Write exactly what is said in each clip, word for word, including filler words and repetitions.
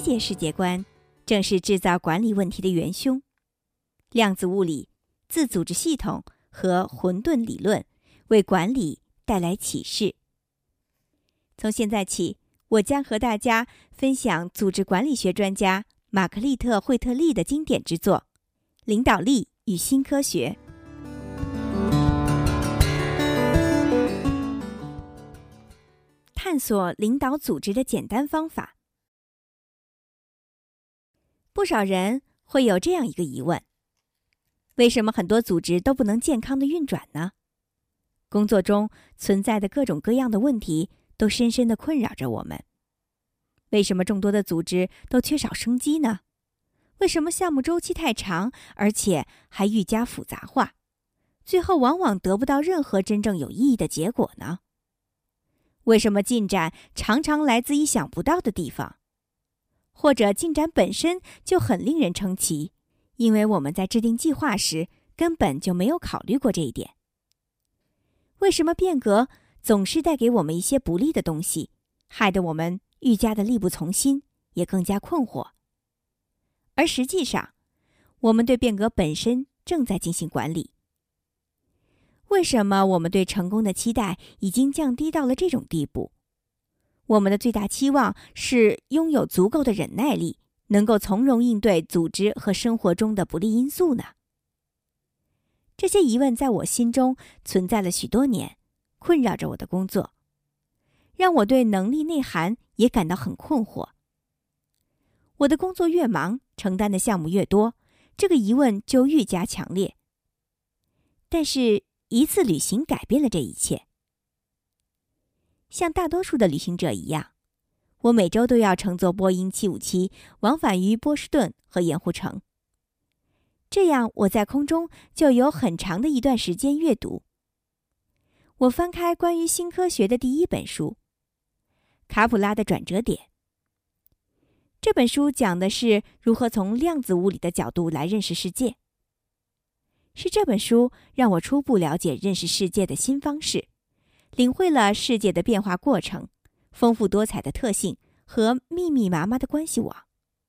阶世界观正是制造管理问题的元凶。量子物理、自组织系统和混沌理论为管理带来启示。从现在起，我将和大家分享组织管理学专家玛格丽特·惠特利的经典之作《领导力与新科学》。探索领导组织的简单方法。不少人会有这样一个疑问：为什么很多组织都不能健康地运转呢？工作中存在的各种各样的问题都深深地困扰着我们。为什么众多的组织都缺少生机呢？为什么项目周期太长，而且还愈加复杂化，最后往往得不到任何真正有意义的结果呢？为什么进展常常来自意想不到的地方？或者进展本身就很令人称奇，因为我们在制定计划时根本就没有考虑过这一点。为什么变革总是带给我们一些不利的东西，害得我们愈加的力不从心，也更加困惑？而实际上，我们对变革本身正在进行管理。为什么我们对成功的期待已经降低到了这种地步？我们的最大期望是拥有足够的忍耐力，能够从容应对组织和生活中的不利因素呢？这些疑问在我心中存在了许多年，困扰着我的工作，让我对能力内涵也感到很困惑。我的工作越忙，承担的项目越多，这个疑问就愈加强烈。但是一次旅行改变了这一切。像大多数的旅行者一样，我每周都要乘坐波音七五七往返于波士顿和盐湖城。这样我在空中就有很长的一段时间阅读。我翻开关于新科学的第一本书《卡普拉的转折点》。这本书讲的是如何从量子物理的角度来认识世界。是这本书让我初步了解认识世界的新方式，领会了世界的变化过程、丰富多彩的特性和密密麻麻的关系网。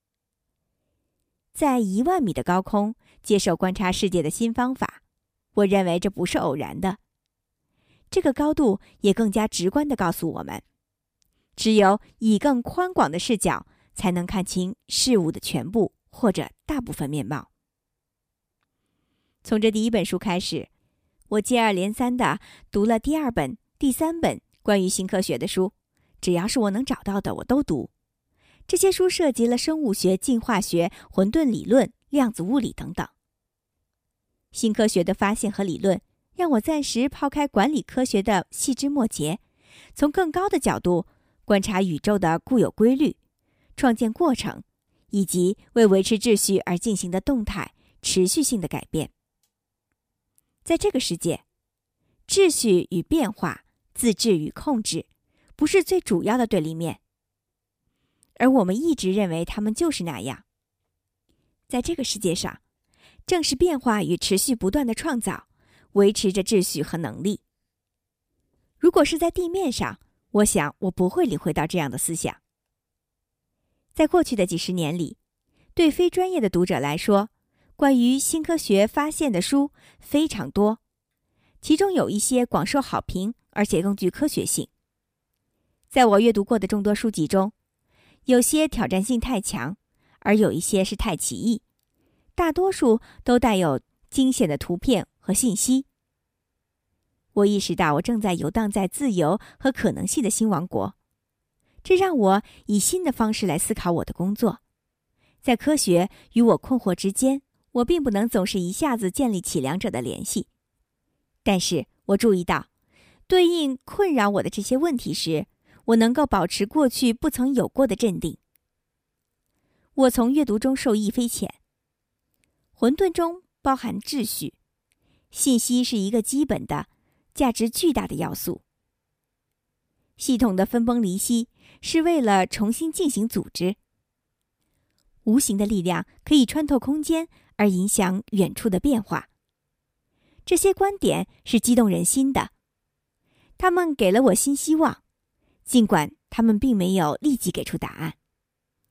在一万米的高空接受观察世界的新方法，我认为这不是偶然的。这个高度也更加直观地告诉我们，只有以更宽广的视角才能看清事物的全部或者大部分面貌。从这第一本书开始，我接二连三地读了第二本、第三本关于新科学的书，只要是我能找到的我都读。这些书涉及了生物学、进化学、混沌理论、量子物理等等。新科学的发现和理论让我暂时抛开管理科学的细枝末节，从更高的角度观察宇宙的固有规律、创建过程，以及为维持秩序而进行的动态、持续性的改变。在这个世界，秩序与变化、自治与控制不是最主要的对立面，而我们一直认为它们就是那样。在这个世界上，正是变化与持续不断的创造维持着秩序和能力。如果是在地面上，我想我不会领会到这样的思想。在过去的几十年里，对非专业的读者来说，关于新科学发现的书非常多，其中有一些广受好评，而且更具科学性。在我阅读过的众多书籍中，有些挑战性太强，而有一些是太奇异，大多数都带有惊险的图片和信息。我意识到我正在游荡在自由和可能性的新王国，这让我以新的方式来思考我的工作。在科学与我困惑之间，我并不能总是一下子建立起两者的联系。但是我注意到，对应困扰我的这些问题时，我能够保持过去不曾有过的镇定。我从阅读中受益匪浅。混沌中包含秩序，信息是一个基本的、价值巨大的要素。系统的分崩离析是为了重新进行组织。无形的力量可以穿透空间而影响远处的变化。这些观点是激动人心的，他们给了我新希望，尽管他们并没有立即给出答案。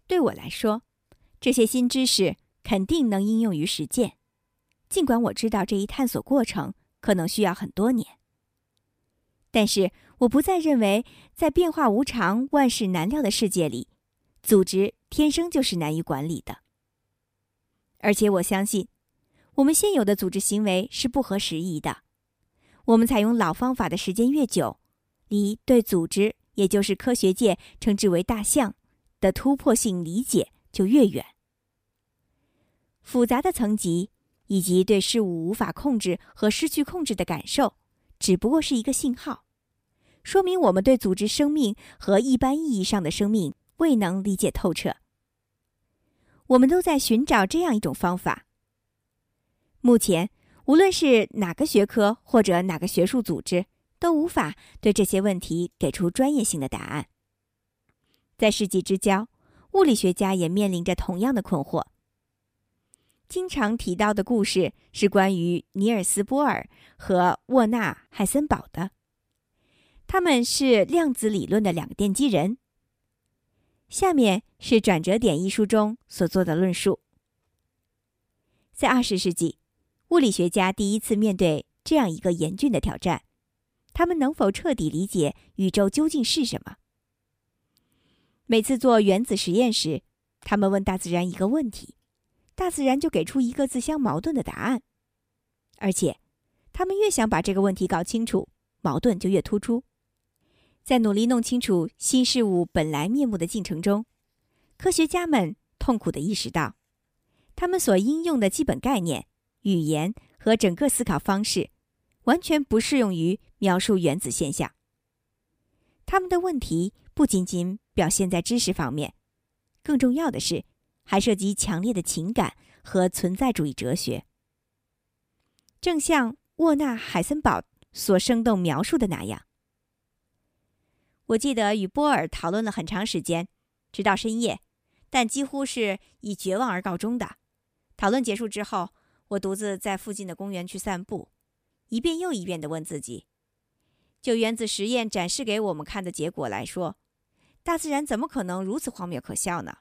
对我来说，这些新知识肯定能应用于实践，尽管我知道这一探索过程可能需要很多年。但是我不再认为在变化无常、万事难料的世界里，组织天生就是难于管理的。而且我相信，我们现有的组织行为是不合时宜的。我们采用老方法的时间越久，离对组织，也就是科学界称之为大象的突破性理解就越远。复杂的层级以及对事物无法控制和失去控制的感受，只不过是一个信号，说明我们对组织生命和一般意义上的生命未能理解透彻。我们都在寻找这样一种方法。目前，无论是哪个学科或者哪个学术组织，都无法对这些问题给出专业性的答案。在世纪之交，物理学家也面临着同样的困惑。经常提到的故事是关于尼尔斯·波尔和沃纳·海森堡的，他们是量子理论的两个奠基人。下面是《转折点》一书中所做的论述。在二十世纪，物理学家第一次面对这样一个严峻的挑战：他们能否彻底理解宇宙究竟是什么？每次做原子实验时，他们问大自然一个问题，大自然就给出一个自相矛盾的答案。而且，他们越想把这个问题搞清楚，矛盾就越突出。在努力弄清楚新事物本来面目的进程中，科学家们痛苦地意识到，他们所应用的基本概念、语言和整个思考方式，完全不适用于描述原子现象。他们的问题不仅仅表现在知识方面，更重要的是，还涉及强烈的情感和存在主义哲学。正像沃纳·海森堡所生动描述的那样，我记得与波尔讨论了很长时间，直到深夜，但几乎是以绝望而告终的。讨论结束之后，我独自在附近的公园去散步，一遍又一遍地问自己，就原子实验展示给我们看的结果来说，大自然怎么可能如此荒谬可笑呢？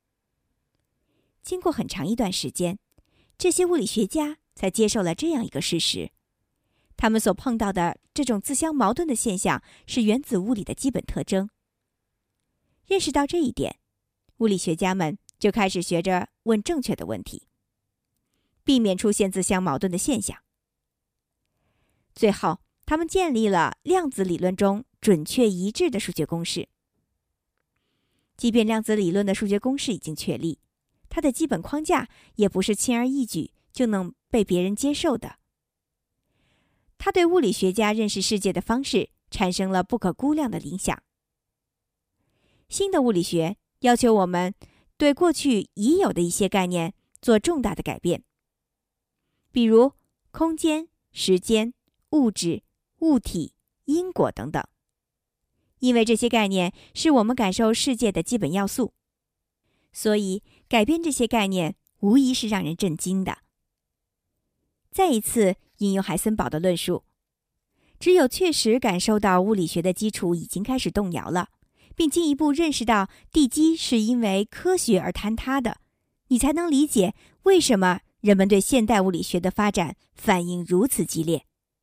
经过很长一段时间，这些物理学家才接受了这样一个事实：他们所碰到的这种自相矛盾的现象是原子物理的基本特征。认识到这一点，物理学家们就开始学着问正确的问题，避免出现自相矛盾的现象。最后，他们建立了量子理论中准确一致的数学公式。即便量子理论的数学公式已经确立，它的基本框架也不是轻而易举就能被别人接受的。它对物理学家认识世界的方式产生了不可估量的影响。新的物理学要求我们对过去已有的一些概念做重大的改变，比如空间、时间、物质、物体、因果等等，因为这些概念是我们感受世界的基本要素，所以改变这些概念无疑是让人震惊的。再一次引用海森堡的论述，只有确实感受到物理学的基础已经开始动摇了，并进一步认识到地基是因为科学而坍塌的，你才能理解为什么人们对现代物理学的发展反应如此激烈。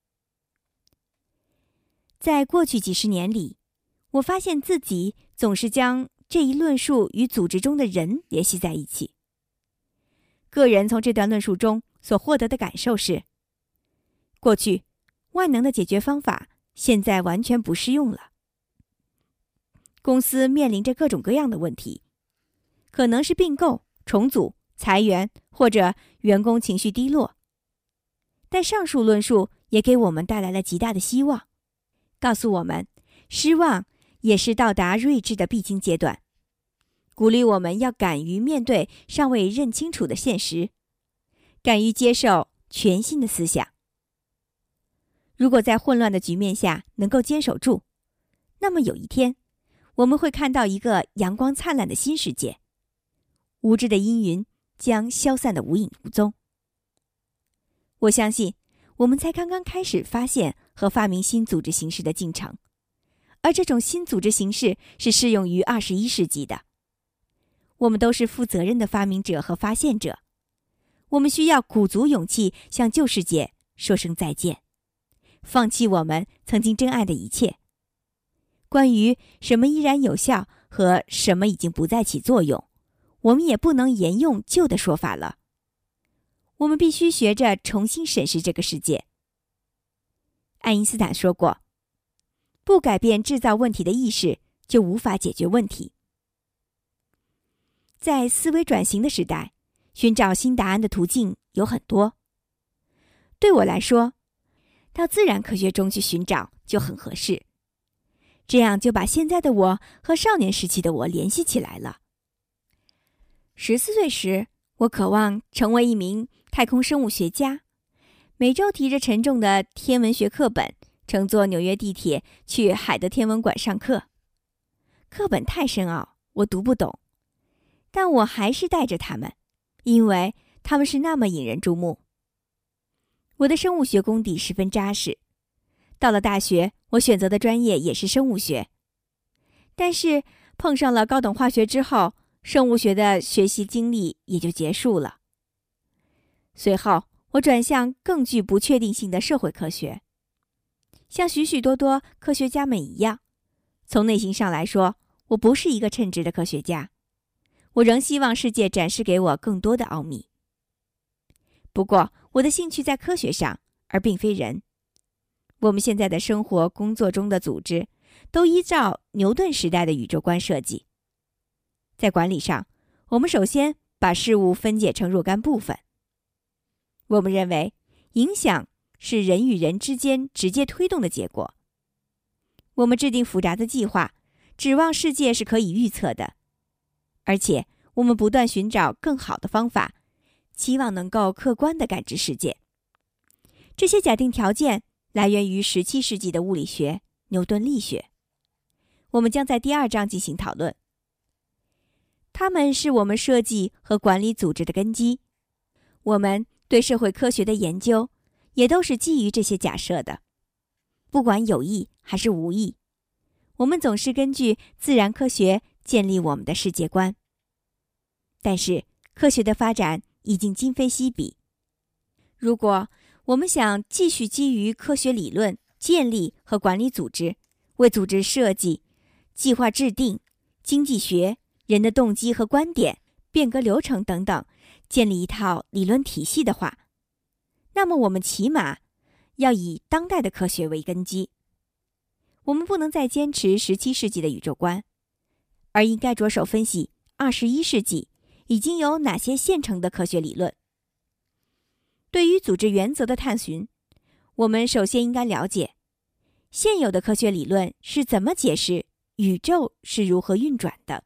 在过去几十年里，我发现自己总是将这一论述与组织中的人联系在一起。个人从这段论述中所获得的感受是，过去万能的解决方法现在完全不适用了。公司面临着各种各样的问题，可能是并购、重组、裁员，或者员工情绪低落。但上述论述也给我们带来了极大的希望，告诉我们，失望也是到达睿智的必经阶段，鼓励我们要敢于面对尚未认清楚的现实，敢于接受全新的思想。如果在混乱的局面下能够坚守住，那么有一天，我们会看到一个阳光灿烂的新世界，无知的阴云将消散得无影无踪。我相信，我们才刚刚开始发现和发明新组织形式的进程，而这种新组织形式是适用于二十一世纪的。 我们都是负责任的发明者和发现者。我们需要鼓足勇气向旧世界说声再见，放弃我们曾经珍爱的一切。关于什么依然有效和什么已经不再起作用，我们也不能沿用旧的说法了。我们必须学着重新审视这个世界。爱因斯坦说过，不改变制造问题的意识，就无法解决问题。在思维转型的时代，寻找新答案的途径有很多。对我来说，到自然科学中去寻找就很合适，这样就把现在的我和少年时期的我联系起来了。十四岁时，我渴望成为一名太空生物学家，每周提着沉重的天文学课本，乘坐纽约地铁去海德天文馆上课。课本太深奥，我读不懂，但我还是带着它们，因为它们是那么引人注目。我的生物学功底十分扎实，到了大学，我选择的专业也是生物学。但是碰上了高等化学之后，生物学的学习经历也就结束了。随后，我转向更具不确定性的社会科学。像许许多多科学家们一样，从内心上来说，我不是一个称职的科学家。我仍希望世界展示给我更多的奥秘。不过，我的兴趣在科学上，而并非人。我们现在的生活、工作中的组织，都依照牛顿时代的宇宙观设计。在管理上，我们首先把事物分解成若干部分。我们认为，影响是人与人之间直接推动的结果。我们制定复杂的计划，指望世界是可以预测的，而且我们不断寻找更好的方法，期望能够客观地感知世界。这些假定条件来源于十七世纪的物理学——牛顿力学。我们将在第二章进行讨论。它们是我们设计和管理组织的根基。我们对社会科学的研究也都是基于这些假设的，不管有意还是无意。我们总是根据自然科学建立我们的世界观。但是，科学的发展已经今非昔比。如果我们想继续基于科学理论建立和管理组织，为组织设计、计划制定、经济学、人的动机和观点、变革流程等等，建立一套理论体系的话，那么我们起码要以当代的科学为根基。我们不能再坚持十七世纪的宇宙观，而应该着手分析二十一世纪已经有哪些现成的科学理论。对于组织原则的探寻，我们首先应该了解现有的科学理论是怎么解释宇宙是如何运转的。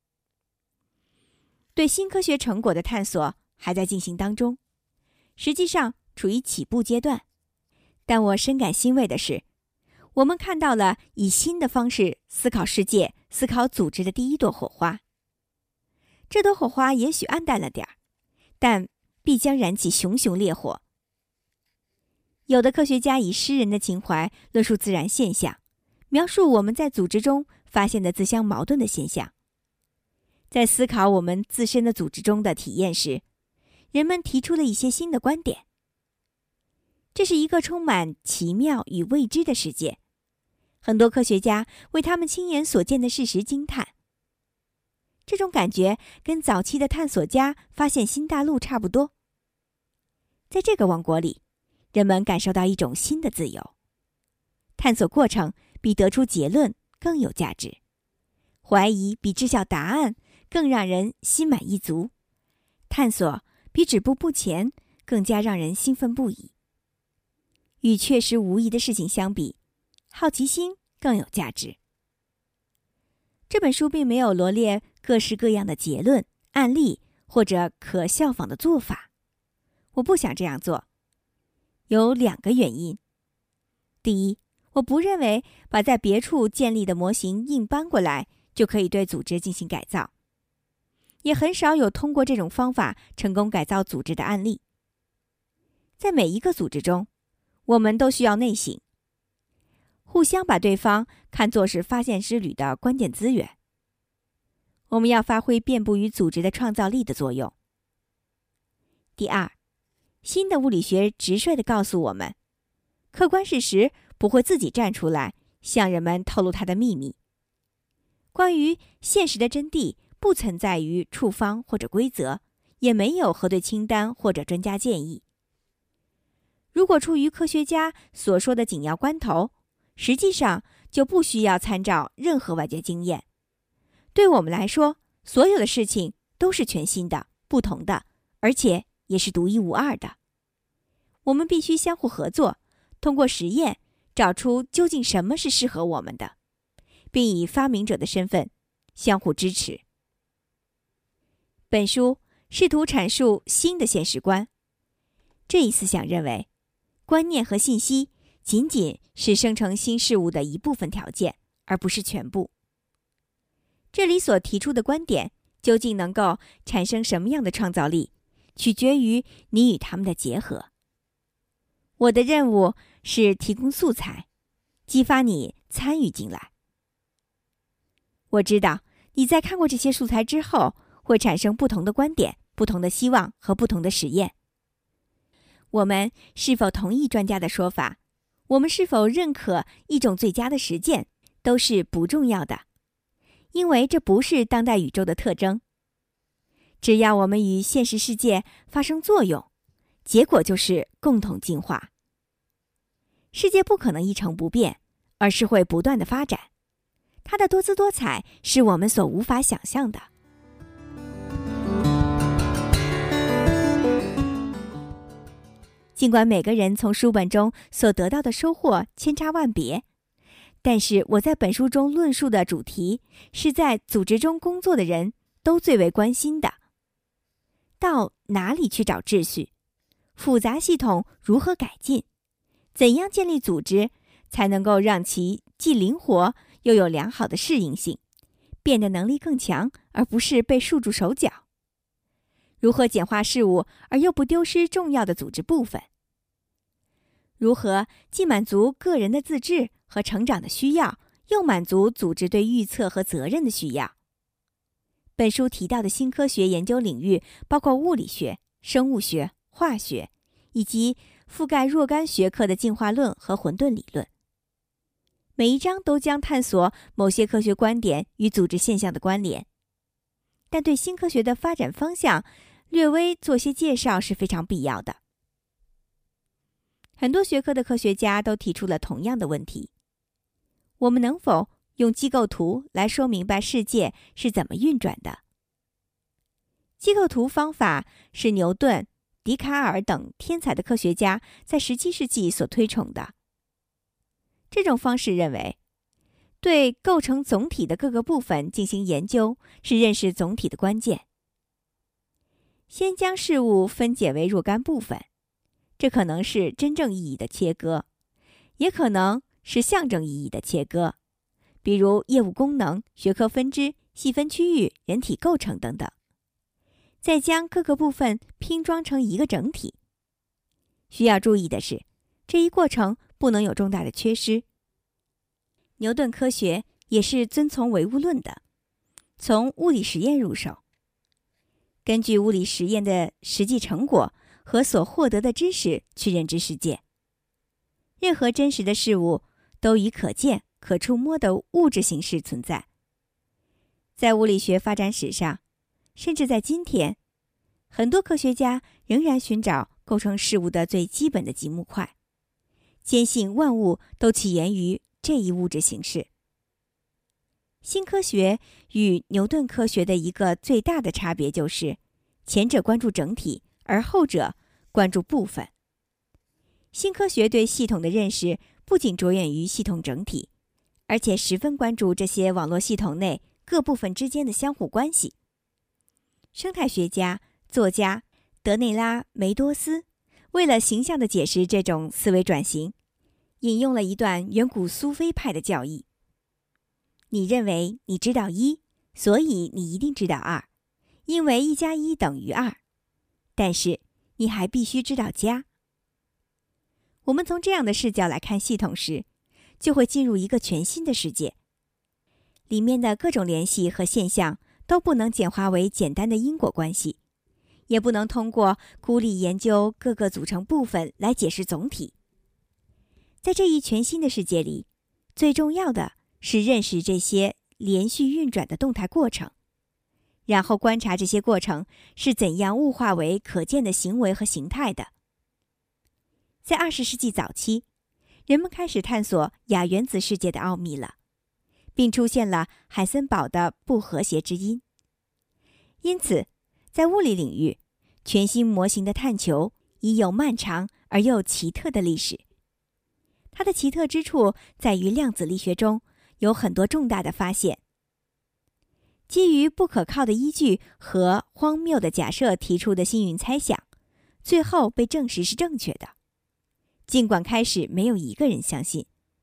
对新科学成果的探索还在进行当中，实际上处于起步阶段。但我深感欣慰的是，我们看到了以新的方式思考世界、思考组织的第一朵火花。这朵火花也许暗淡了点儿，但必将燃起熊熊烈火。有的科学家以诗人的情怀论述自然现象，描述我们在组织中发现的自相矛盾的现象。在思考我们自身的组织中的体验时，人们提出了一些新的观点。这是一个充满奇妙与未知的世界，很多科学家为他们亲眼所见的事实惊叹。这种感觉跟早期的探索家发现新大陆差不多。在这个王国里，人们感受到一种新的自由。探索过程比得出结论更有价值，怀疑比知晓答案更让人心满意足，探索比止步不前更加让人兴奋不已。与确实无疑的事情相比，好奇心更有价值。这本书并没有罗列各式各样的结论、案例或者可效仿的做法。我不想这样做，有两个原因。第一，我不认为把在别处建立的模型硬搬过来就可以对组织进行改造，也很少有通过这种方法成功改造组织的案例。在每一个组织中，我们都需要内省，互相把对方看作是发现之旅的关键资源。 我们要发挥遍布于组织的创造力的作用。第二，新的物理学直率地告诉我们，客观事实不会自己站出来向人们透露它的秘密。关于现实的真谛不存在于处方或者规则，也没有核对清单或者专家建议。如果出于科学家所说的紧要关头，实际上就不需要参照任何外界经验。对我们来说，所有的事情都是全新的、不同的，而且也是独一无二的。我们必须相互合作，通过实验找出究竟什么是适合我们的，并以发明者的身份相互支持。本书试图阐述新的现实观。这一思想认为，观念和信息仅仅是生成新事物的一部分条件，而不是全部。这里所提出的观点究竟能够产生什么样的创造力，取决于你与它们的结合。我的任务是提供素材，激发你参与进来。我知道你在看过这些素材之后，会产生不同的观点、不同的希望和不同的实验。我们是否同意专家的说法，我们是否认可一种最佳的实践，都是不重要的，因为这不是当代宇宙的特征。只要我们与现实世界发生作用，结果就是共同进化。世界不可能一成不变，而是会不断的发展。它的多姿多彩是我们所无法想象的。尽管每个人从书本中所得到的收获千差万别，但是我在本书中论述的主题是在组织中工作的人都最为关心的：到哪里去找秩序？复杂系统如何改进？怎样建立组织，才能够让其既灵活又有良好的适应性，变得能力更强，而不是被束住手脚？如何简化事务而又不丢失重要的组织部分？如何既满足个人的自治和成长的需要，又满足组织对预测和责任的需要？本书提到的新科学研究领域包括物理学、生物学、化学，以及覆盖若干学科的进化论和混沌理论。每一章都将探索某些科学观点与组织现象的关联，但对新科学的发展方向略微做些介绍是非常必要的。很多学科的科学家都提出了同样的问题：我们能否用机构图来说明白世界是怎么运转的？机构图方法是牛顿、笛卡尔等天才的科学家在十七世纪所推崇的。这种方式认为，对构成总体的各个部分进行研究是认识总体的关键。先将事物分解为若干部分，这可能是真正意义的切割，也可能是象征意义的切割，比如业务功能、学科分支、细分区域、人体构成等等。再将各个部分拼装成一个整体。需要注意的是，这一过程不能有重大的缺失。牛顿科学也是遵从唯物论的，从物理实验入手，根据物理实验的实际成果和所获得的知识去认知世界。任何真实的事物都以可见、可触摸的物质形式存在。在物理学发展史上，甚至在今天，很多科学家仍然寻找构成事物的最基本的积木块，坚信万物都起源于这一物质形式。新科学与牛顿科学的一个最大的差别就是，前者关注整体，而后者关注部分。新科学对系统的认识不仅着眼于系统整体，而且十分关注这些网络系统内各部分之间的相互关系。生态学家、作家德内拉·梅多斯为了形象地解释这种思维转型，引用了一段远古苏菲派的教义：你认为你知道一，所以你一定知道二，因为一加一等于二。但是你还必须知道加。我们从这样的视角来看系统时，就会进入一个全新的世界，里面的各种联系和现象都不能简化为简单的因果关系，也不能通过孤立研究各个组成部分来解释总体。在这一全新的世界里，最重要的是认识这些连续运转的动态过程，然后观察这些过程是怎样物化为可见的行为和形态的。在二十世纪早期，人们开始探索亚原子世界的奥秘了，并出现了海森堡的不和谐之音。因此，在物理领域，全新模型的探求已有漫长而又奇特的历史。它的奇特之处在于量子力学中有很多重大的发现，基于不可靠的依据和荒谬的假设提出的幸运猜想，最后被证实是正确的，尽管开始没有一个人相信。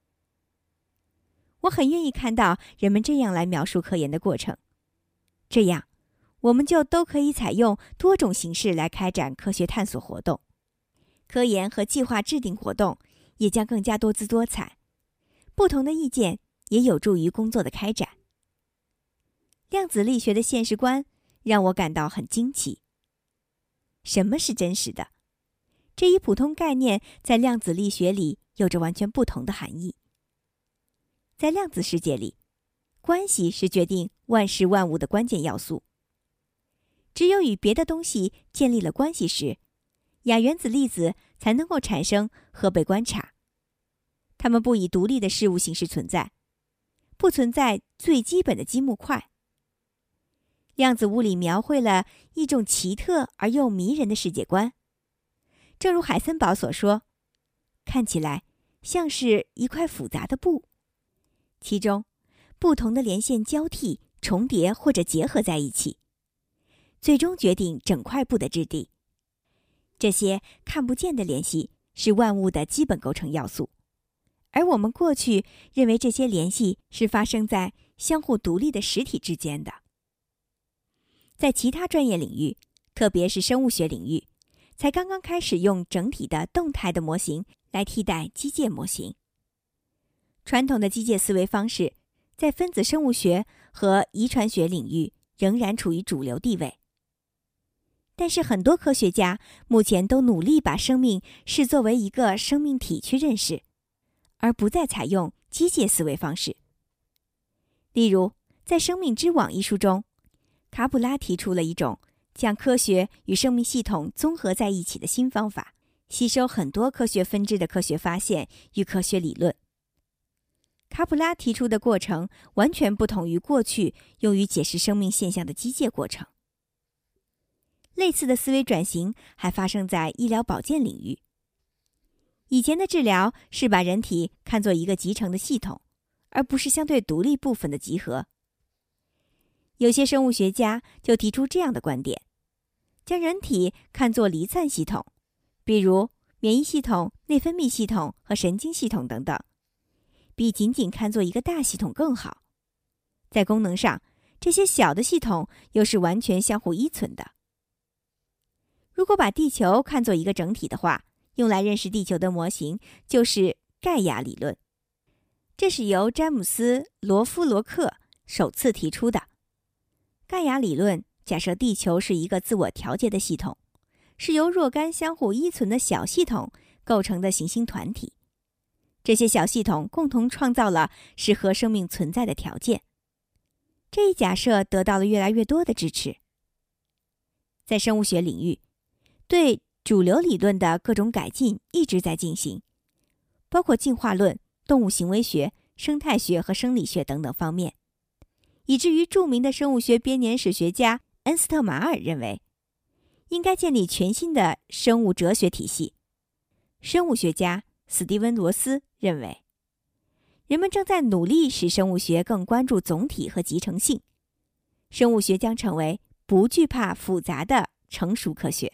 我很愿意看到人们这样来描述科研的过程，这样我们就都可以采用多种形式来开展科学探索活动，科研和计划制定活动也将更加多姿多彩，不同的意见也有助于工作的开展。量子力学的现实观让我感到很惊奇。什么是真实的？这一普通概念在量子力学里有着完全不同的含义。在量子世界里，关系是决定万事万物的关键要素。只有与别的东西建立了关系时，亚原子粒子才能够产生和被观察。它们不以独立的事物形式存在，不存在最基本的积木块。量子物理描绘了一种奇特而又迷人的世界观。正如海森堡所说，看起来像是一块复杂的布，其中不同的连线交替、重叠或者结合在一起，最终决定整块布的质地。这些看不见的联系是万物的基本构成要素，而我们过去认为这些联系是发生在相互独立的实体之间的。在其他专业领域，特别是生物学领域，才刚刚开始用整体的动态的模型来替代机械模型。传统的机械思维方式在分子生物学和遗传学领域仍然处于主流地位。但是很多科学家目前都努力把生命视作为一个生命体去认识，而不再采用机械思维方式。例如，在《生命之网》一书中，卡普拉提出了一种将科学与生命系统综合在一起的新方法，吸收很多科学分支的科学发现与科学理论。卡普拉提出的过程完全不同于过去用于解释生命现象的机械过程。类似的思维转型还发生在医疗保健领域。以前的治疗是把人体看作一个集成的系统，而不是相对独立部分的集合。有些生物学家就提出这样的观点，将人体看作离散系统，比如免疫系统、内分泌系统和神经系统等等，比仅仅看作一个大系统更好。在功能上，这些小的系统又是完全相互依存的。如果把地球看作一个整体的话，用来认识地球的模型就是盖亚理论。这是由詹姆斯·罗夫罗克首次提出的。盖亚理论假设地球是一个自我调节的系统，是由若干相互依存的小系统构成的行星团体。这些小系统共同创造了适合生命存在的条件。这一假设得到了越来越多的支持。在生物学领域，对主流理论的各种改进一直在进行，包括进化论、动物行为学、生态学和生理学等等方面，以至于著名的生物学编年史学家恩斯特马尔认为，应该建立全新的生物哲学体系。生物学家斯蒂文·罗斯认为，人们正在努力使生物学更关注总体和集成性，生物学将成为不惧怕复杂的成熟科学。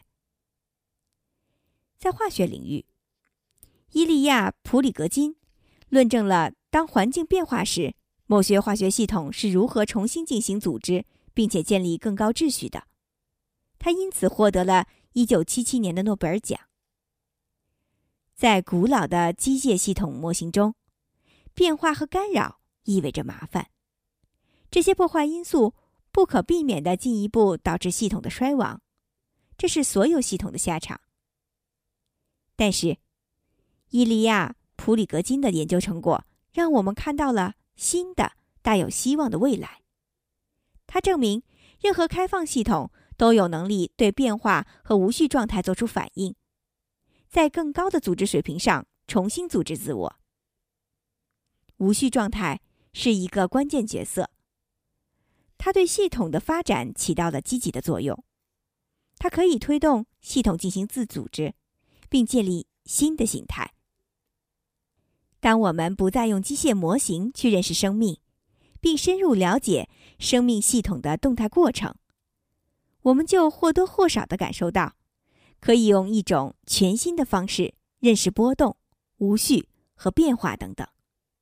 在化学领域，伊利亚·普里格金论证了当环境变化时，某些化学系统是如何重新进行组织并且建立更高秩序的。他因此获得了一九七七年的诺贝尔奖。在古老的机械系统模型中，变化和干扰意味着麻烦。这些破坏因素不可避免地进一步导致系统的衰亡，这是所有系统的下场。但是，伊利亚·普里格金的研究成果让我们看到了新的、大有希望的未来。他证明，任何开放系统都有能力对变化和无序状态做出反应，在更高的组织水平上重新组织自我。无序状态是一个关键角色，它对系统的发展起到了积极的作用。它可以推动系统进行自组织，并建立新的形态。当我们不再用机械模型去认识生命，并深入了解生命系统的动态过程，我们就或多或少地感受到，可以用一种全新的方式认识波动、无序和变化等等。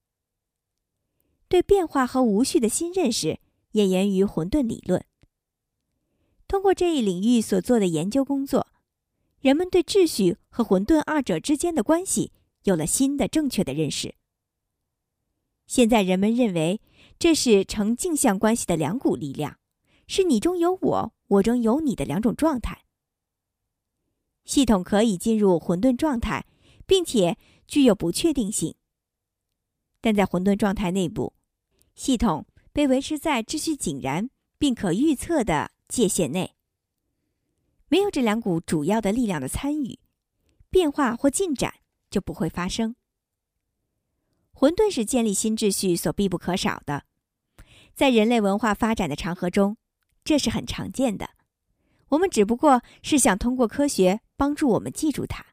对变化和无序的新认识也源于混沌理论。通过这一领域所做的研究工作，人们对秩序和混沌二者之间的关系有了新的正确的认识。现在人们认为这是呈镜像关系的两股力量，是你中有我，我中有你的两种状态。系统可以进入混沌状态，并且具有不确定性。但在混沌状态内部，系统被维持在秩序井然并可预测的界限内。没有这两股主要的力量的参与，变化或进展就不会发生。混沌是建立新秩序所必不可少的，在人类文化发展的长河中，这是很常见的。我们只不过是想通过科学帮助我们记住它。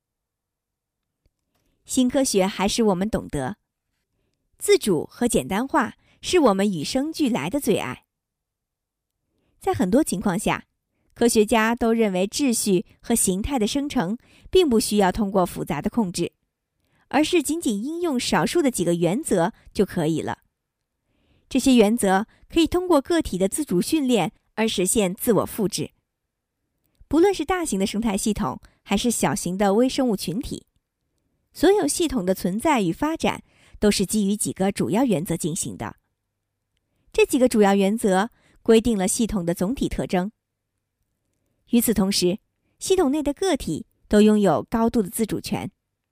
新科学还使我们懂得，自主和简单化是我们与生俱来的最爱。在很多情况下，科学家都认为秩序和形态的生成并不需要通过复杂的控制，而是仅仅应用少数的几个原则就可以了。这些原则可以通过个体的自主训练而实现自我复制。不论是大型的生态系统，还是小型的微生物群体，所有系统的存在与发展都是基于几个主要原则进行的。这几个主要原则规定了系统的总体特征。与此同时，系统内的个体都拥有高度的自主权。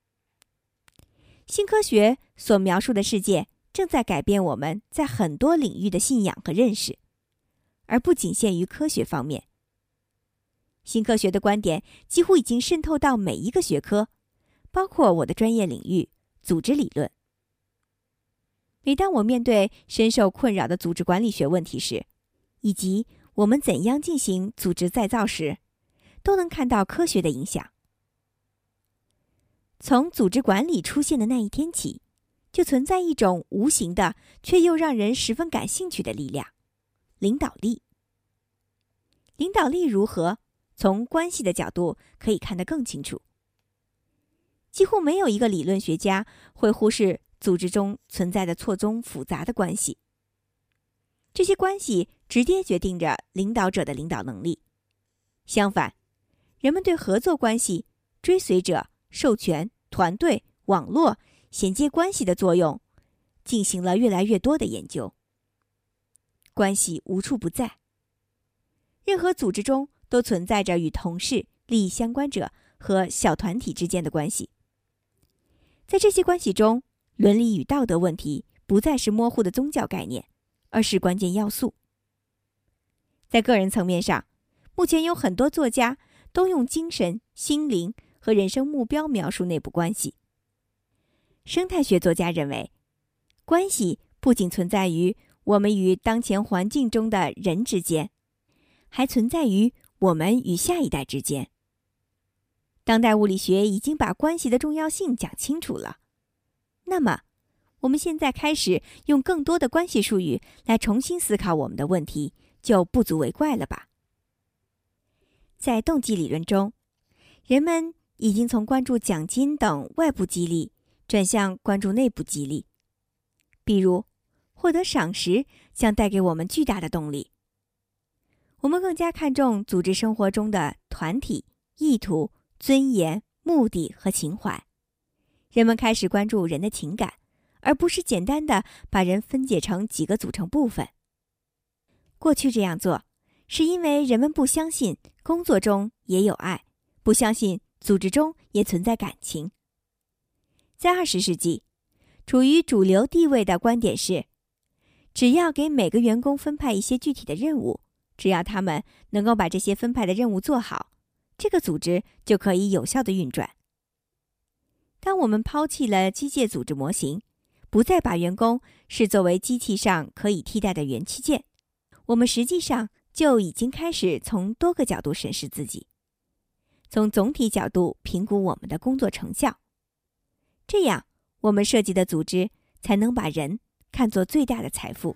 新科学所描述的世界正在改变我们在很多领域的信仰和认识，而不仅限于科学方面。新科学的观点几乎已经渗透到每一个学科，包括我的专业领域——组织理论。每当我面对深受困扰的组织管理学问题时，以及我们怎样进行组织再造时，都能看到科学的影响。从组织管理出现的那一天起，就存在一种无形的却又让人十分感兴趣的力量——领导力。领导力如何，从关系的角度可以看得更清楚。几乎没有一个理论学家会忽视组织中存在的错综复杂的关系。这些关系直接决定着领导者的领导能力。相反，人们对合作关系、追随者、授权、团队、网络、衔接关系的作用进行了越来越多的研究。关系无处不在，任何组织中都存在着与同事、利益相关者和小团体之间的关系。在这些关系中，伦理与道德问题不再是模糊的宗教概念，而是关键要素。在个人层面上，目前有很多作家都用精神、心灵和人生目标描述内部关系。生态学作家认为，关系不仅存在于我们与当前环境中的人之间，还存在于我们与下一代之间。当代物理学已经把关系的重要性讲清楚了，那么我们现在开始用更多的关系术语来重新思考我们的问题，就不足为怪了吧？在动机理论中，人们已经从关注奖金等外部激励转向关注内部激励。比如，获得赏识将带给我们巨大的动力。我们更加看重组织生活中的团体、意图、尊严、目的和情怀。人们开始关注人的情感，而不是简单的把人分解成几个组成部分。 过去这样做，是因为人们不相信工作中也有爱，不相信组织中也存在感情。在二十世纪，处于主流地位的观点是，只要给每个员工分派一些具体的任务，只要他们能够把这些分派的任务做好，这个组织就可以有效地运转。当我们抛弃了机械组织模型，不再把员工视作为机器上可以替代的元器件，我们实际上就已经开始从多个角度审视自己，从总体角度评估我们的工作成效。这样，我们设计的组织才能把人看作最大的财富。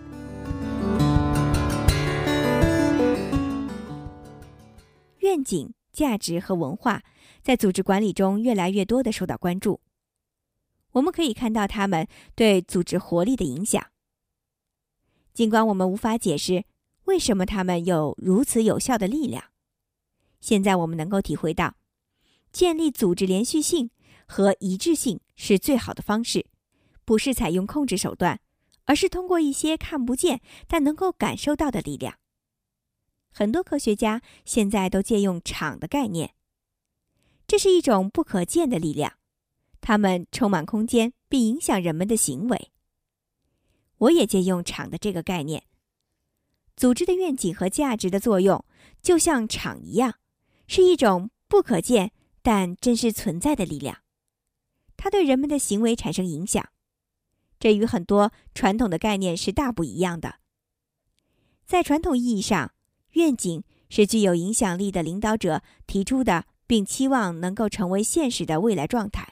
愿景、价值和文化在组织管理中越来越多地受到关注。我们可以看到它们对组织活力的影响。尽管我们无法解释为什么它们有如此有效的力量，现在我们能够体会到，建立组织连续性和一致性是最好的方式，不是采用控制手段，而是通过一些看不见但能够感受到的力量。很多科学家现在都借用场的概念，这是一种不可见的力量，它们充满空间并影响人们的行为。我也借用场的这个概念。组织的愿景和价值的作用就像场一样，是一种不可见但真实存在的力量，它对人们的行为产生影响。这与很多传统的概念是大不一样的。在传统意义上，愿景是具有影响力的领导者提出的并期望能够成为现实的未来状态。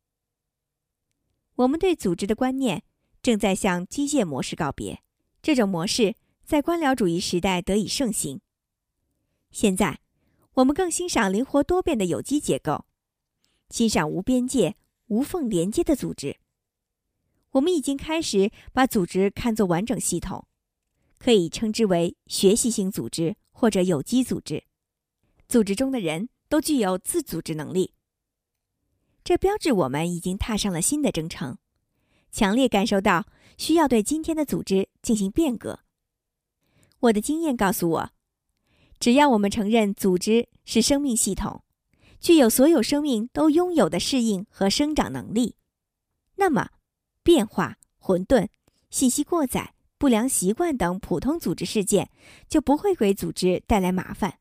我们对组织的观念正在向机械模式告别，这种模式在官僚主义时代得以盛行。现在，我们更欣赏灵活多变的有机结构，欣赏无边界、无缝连接的组织。我们已经开始把组织看作完整系统，可以称之为学习型组织或者有机组织。组织中的人都具有自组织能力，这标志我们已经踏上了新的征程，强烈感受到需要对今天的组织进行变革。我的经验告诉我，只要我们承认组织是生命系统，具有所有生命都拥有的适应和生长能力，那么变化、混沌、信息过载、不良习惯等普通组织事件就不会给组织带来麻烦。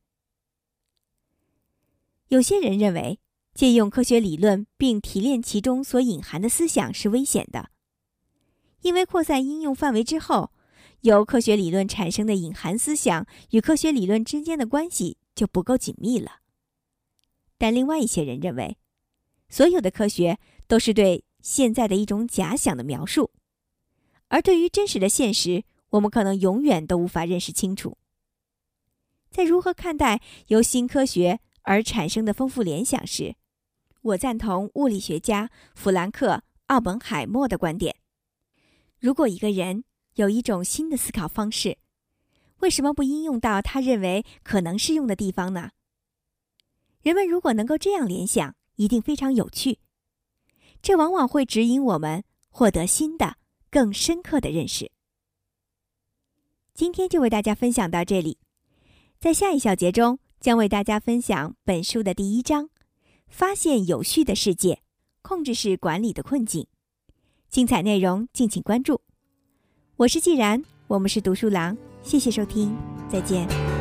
有些人认为，借用科学理论并提炼其中所隐含的思想是危险的，因为扩散应用范围之后，由科学理论产生的隐含思想与科学理论之间的关系就不够紧密了。但另外一些人认为，所有的科学都是对现在的一种假想的描述，而对于真实的现实，我们可能永远都无法认识清楚。在如何看待由新科学而产生的丰富联想时，我赞同物理学家弗兰克·奥本海默的观点。如果一个人有一种新的思考方式，为什么不应用到他认为可能适用的地方呢？人们如果能够这样联想，一定非常有趣。这往往会指引我们获得新的、更深刻的认识。今天就为大家分享到这里，在下一小节中将为大家分享本书的第一章，发现有序的世界，控制式管理的困境。精彩内容敬请关注。我是既然，我们是读书郎，谢谢收听，再见。